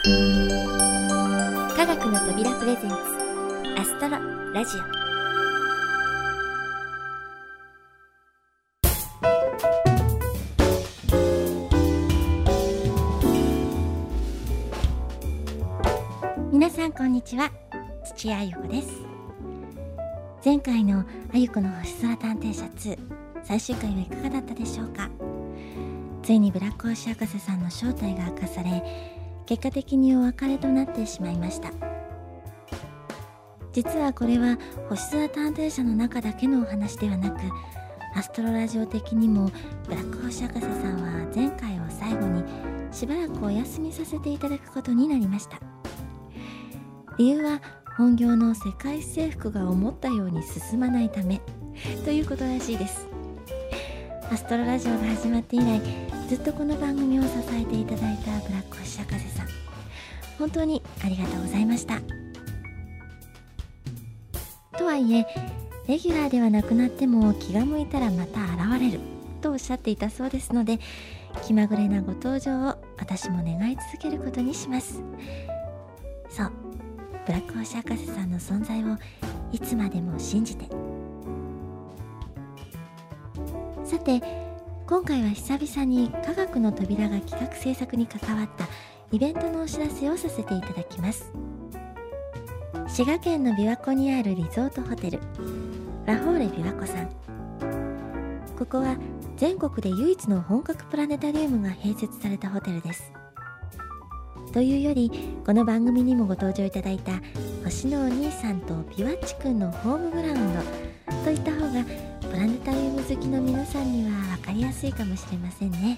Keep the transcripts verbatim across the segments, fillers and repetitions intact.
科学の扉プレゼンツアストロラジオ。皆さんこんにちは、土屋あゆこです。前回のあゆこの星空探偵社ツー最終回はいかがだったでしょうか。ついにブラック星博士さんの正体が明かされ、結果的にお別れとなってしまいました。実はこれは星空探偵社の中だけのお話ではなく、アストロラジオ的にもブラック星博士さんは前回を最後にしばらくお休みさせていただくことになりました。理由は本業の世界征服が思ったように進まないためということらしいです。アストロラジオが始まって以来、ずっとこの番組を支えていただいたブラック星博士さん、本当にありがとうございました。とはいえ、レギュラーではなくなっても気が向いたらまた現れるとおっしゃっていたそうですので、気まぐれなご登場を私も願い続けることにします。そう、ブラック星博士さんの存在をいつまでも信じて。さて、今回は久々に科学の扉が企画制作に関わったイベントのお知らせをさせていただきます。滋賀県の琵琶湖にあるリゾートホテルラフォーレ琵琶湖さん。ここは全国で唯一の本格プラネタリウムが併設されたホテルです。というより、この番組にもご登場いただいた星のお兄さんとビワッチくんのホームグラウンドといった方がプラネタリウム好きの皆さんには分かりやすいかもしれませんね。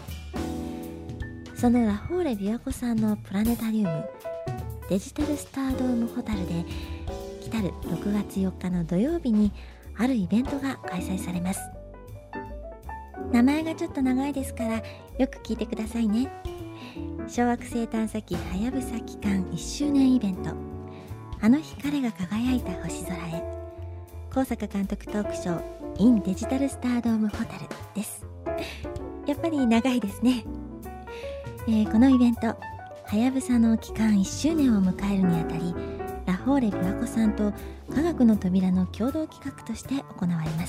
そのラフォーレ琵琶湖さんのプラネタリウムデジタルスタードームホタルで、来たるろくがつよっかの土曜日にあるイベントが開催されます。名前がちょっと長いですからよく聞いてくださいね。小惑星探査機はやぶさ帰還いっしゅうねんイベント、あの日彼が輝いた星空へ、高坂監督トークショー in デジタルスタードームホタルです。やっぱり長いですね。えー、このイベント、はやぶさの帰還いっしゅうねんを迎えるにあたり、ラフォーレ琵琶湖さんと科学の扉の共同企画として行われます。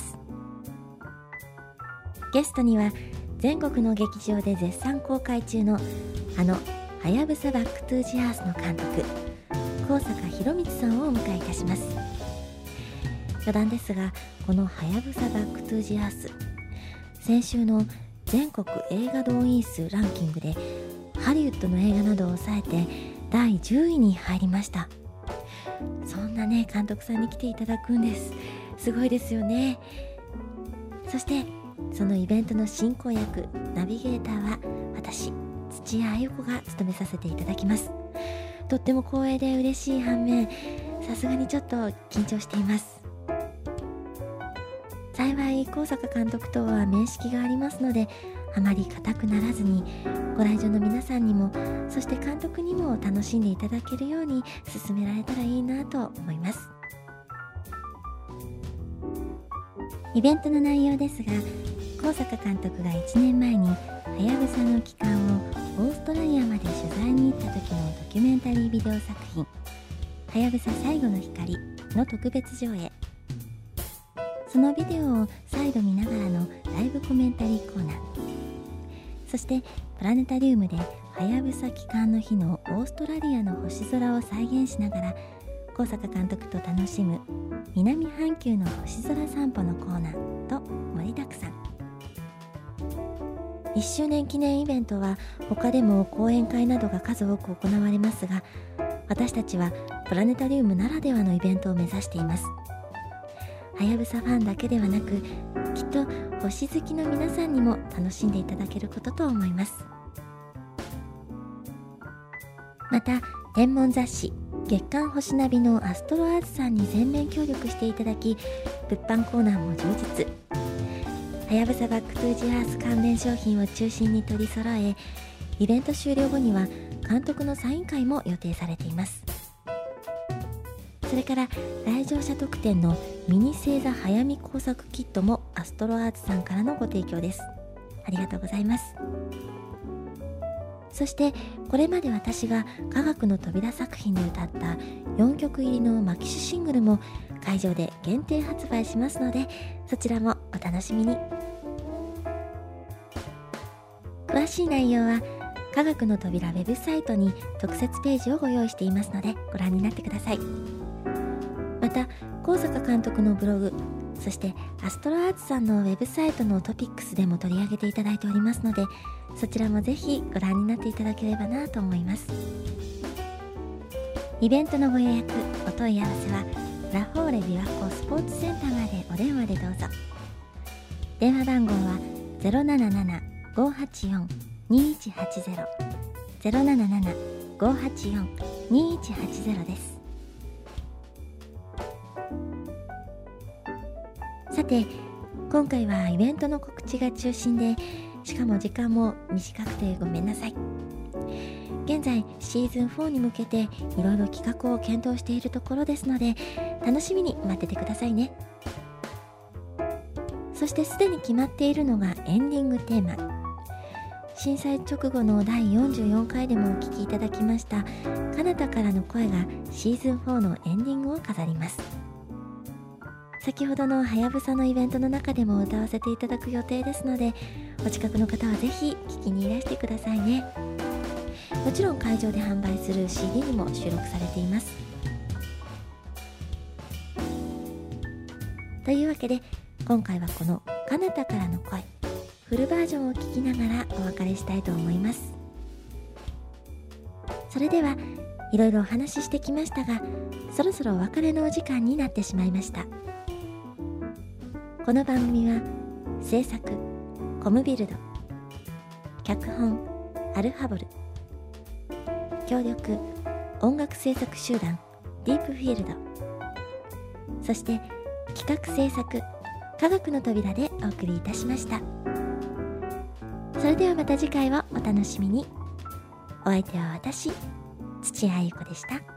ゲストには全国の劇場で絶賛公開中のあのはやぶさバックトゥージアースの監督高坂博光さんをお迎えいたします。余談ですが、このはやぶさバックトゥージアース、先週の全国映画動員数ランキングでハリウッドの映画などを抑えてだいじゅういに入りました。そんなね、監督さんに来ていただくんです。すごいですよね。そしてそのイベントの進行役ナビゲーターは私、土屋あゆこが務めさせていただきます。とっても光栄で嬉しい反面、さすがにちょっと緊張しています。幸い高坂監督とは面識がありますので、あまり硬くならずにご来場の皆さんにも、そして監督にも楽しんでいただけるように進められたらいいなと思います。イベントの内容ですが、高坂監督がいちねんまえにはやぶさの帰還をオーストラリアまで取材に行った時のドキュメンタリービデオ作品はやぶさ最後の光の特別上映、そのビデオを再度見ながらのライブコメンタリーコーナー、そしてプラネタリウムではやぶさ帰還の日のオーストラリアの星空を再現しながら高坂監督と楽しむ南半球の星空散歩のコーナーと盛りだくさん。いっしゅうねん記念イベントは他でも講演会などが数多く行われますが、私たちはプラネタリウムならではのイベントを目指しています。はやぶさファンだけではなく、きっと星好きの皆さんにも楽しんでいただけることと思います。また天文雑誌月刊星ナビのアストロアーツさんに全面協力していただき、物販コーナーも充実。はやぶさバックトゥージアース関連商品を中心に取り揃え、イベント終了後には監督のサイン会も予定されています。それから来場者特典のミニ星座早見工作キットもアストロアーツさんからのご提供です。ありがとうございます。 そしてこれまで私が科学の扉作品で歌ったよんきょく入りのマキシシングルも会場で限定発売しますので、そちらもお楽しみに。詳しい内容は科学の扉ウェブサイトに特設ページをご用意していますのでご覧になってください。また高坂監督のブログ、そしてアストロアーツさんのウェブサイトのトピックスでも取り上げていただいておりますので、そちらもぜひご覧になっていただければなと思います。イベントのご予約お問い合わせはラフォーレ琵琶湖スポーツセンターまでお電話でどうぞ。電話番号は ゼロなななな ごはちよん にいちはちゼロ ゼロなななな ごはちよん にいちはちゼロ です。さて、今回はイベントの告知が中心で、しかも時間も短くてごめんなさい。現在シーズンフォーに向けていろいろ企画を検討しているところですので、楽しみに待っててくださいね。そしてすでに決まっているのがエンディングテーマ。震災直後のだいよんじゅうよんかいでもお聴きいただきました彼方からの声がシーズンフォーのエンディングを飾ります。先ほどのはやぶさのイベントの中でも歌わせていただく予定ですので、お近くの方はぜひ聴きにいらしてくださいね。もちろん会場で販売する シーディー にも収録されています。というわけで今回はこの彼方からの声フルバージョンを聴きながらお別れしたいと思います。それではいろいろお話ししてきましたが、そろそろお別れのお時間になってしまいました。この番組は制作コムビルド、脚本アルファボル、協力音楽制作集団ディープフィールド、そして企画制作科学の扉でお送りいたしました。それではまた次回をお楽しみに。お相手は私、土屋あゆ子でした。